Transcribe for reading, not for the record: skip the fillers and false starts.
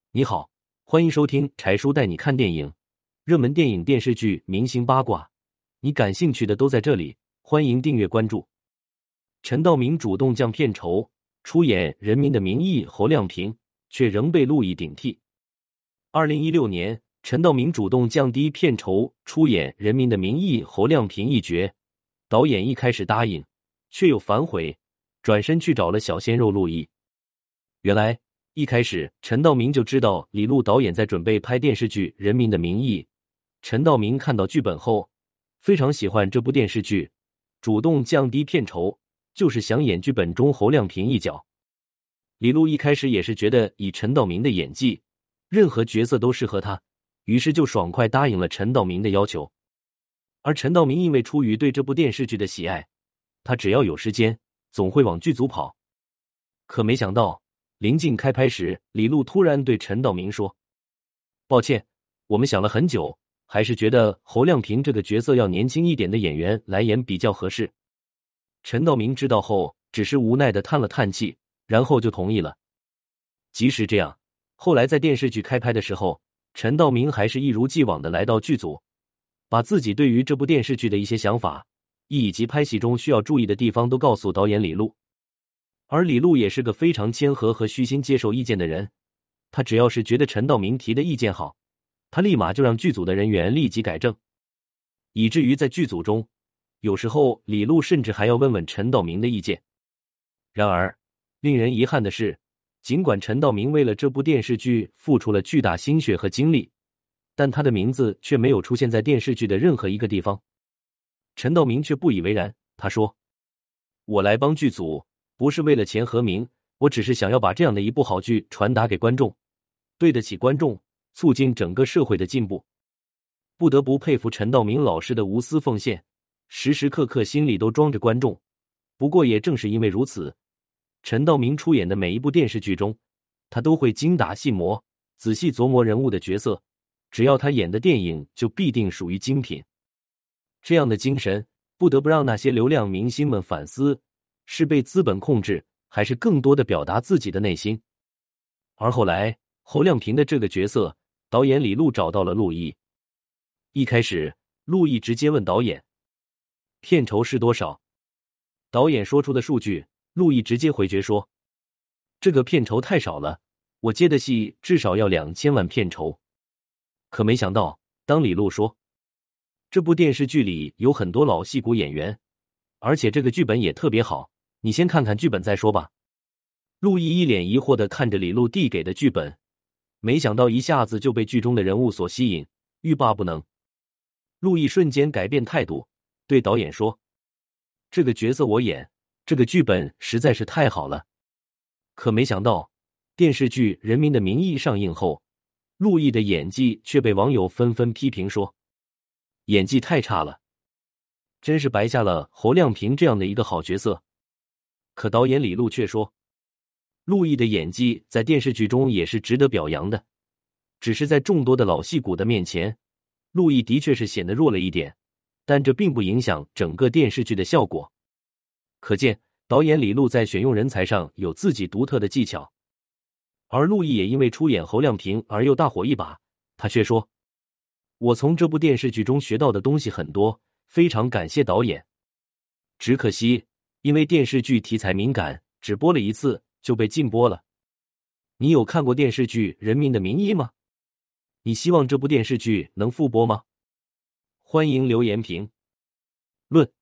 你好，欢迎收听柴叔带你看电影，热门电影、电视剧、明星八卦，你感兴趣的都在这里。欢迎订阅关注。陈道明主动降片酬，出演《人民的名义》侯亮平，却仍被陆毅顶替。2016年，陈道明主动降低片酬，出演《人民的名义》侯亮平一角，导演一开始答应，却又反悔，转身去找了小鲜肉陆毅。原来一开始，陈道明就知道李路导演在准备拍电视剧《人民的名义》。陈道明看到剧本后，非常喜欢这部电视剧，主动降低片酬，就是想演剧本中侯亮平一角。李路一开始也是觉得以陈道明的演技，任何角色都适合他，于是就爽快答应了陈道明的要求。而陈道明因为出于对这部电视剧的喜爱，他只要有时间，总会往剧组跑。可没想到，临近开拍时，李路突然对陈道明说：“抱歉，我们想了很久，还是觉得侯亮平这个角色要年轻一点的演员来演比较合适。”陈道明知道后，只是无奈地叹了叹气，然后就同意了。即使这样，后来在电视剧开拍的时候，陈道明还是一如既往地来到剧组，把自己对于这部电视剧的一些想法，以及拍戏中需要注意的地方都告诉导演李路。而李路也是个非常谦和和虚心接受意见的人，他只要是觉得陈道明提的意见好，他立马就让剧组的人员立即改正，以至于在剧组中，有时候李路甚至还要问问陈道明的意见。然而，令人遗憾的是，尽管陈道明为了这部电视剧付出了巨大心血和精力，但他的名字却没有出现在电视剧的任何一个地方。陈道明却不以为然，他说：“我来帮剧组，不是为了钱和名，我只是想要把这样的一部好剧传达给观众，对得起观众，促进整个社会的进步。”不得不佩服陈道明老师的无私奉献，时时刻刻心里都装着观众。不过也正是因为如此，陈道明出演的每一部电视剧中，他都会精打细磨，仔细琢磨人物的角色，只要他演的电影就必定属于精品。这样的精神，不得不让那些流量明星们反思，是被资本控制，还是更多的表达自己的内心。而后来，侯亮平的这个角色，导演李路找到了陆毅。一开始，陆毅直接问导演：“片酬是多少？”导演说出的数据，陆毅直接回绝说：“这个片酬太少了，我接的戏至少要2000万片酬。”可没想到，当李路说：“这部电视剧里有很多老戏骨演员，而且这个剧本也特别好，你先看看剧本再说吧。”陆毅一脸疑惑地看着李路递给的剧本，没想到一下子就被剧中的人物所吸引，欲罢不能。陆毅瞬间改变态度，对导演说：“这个角色我演，这个剧本实在是太好了。”可没想到，电视剧《人民的名义》上映后，陆毅的演技却被网友纷纷批评说：“演技太差了，真是白下了侯亮平这样的一个好角色。”可导演李路却说，陆毅的演技在电视剧中也是值得表扬的，只是在众多的老戏骨的面前，陆毅的确是显得弱了一点，但这并不影响整个电视剧的效果。可见导演李路在选用人才上有自己独特的技巧。而陆毅也因为出演侯亮平而又大火一把，他却说：“我从这部电视剧中学到的东西很多，非常感谢导演。只可惜，因为电视剧题材敏感，只播了一次就被禁播了。你有看过电视剧《人民的名义》吗？你希望这部电视剧能复播吗？欢迎留言评论。”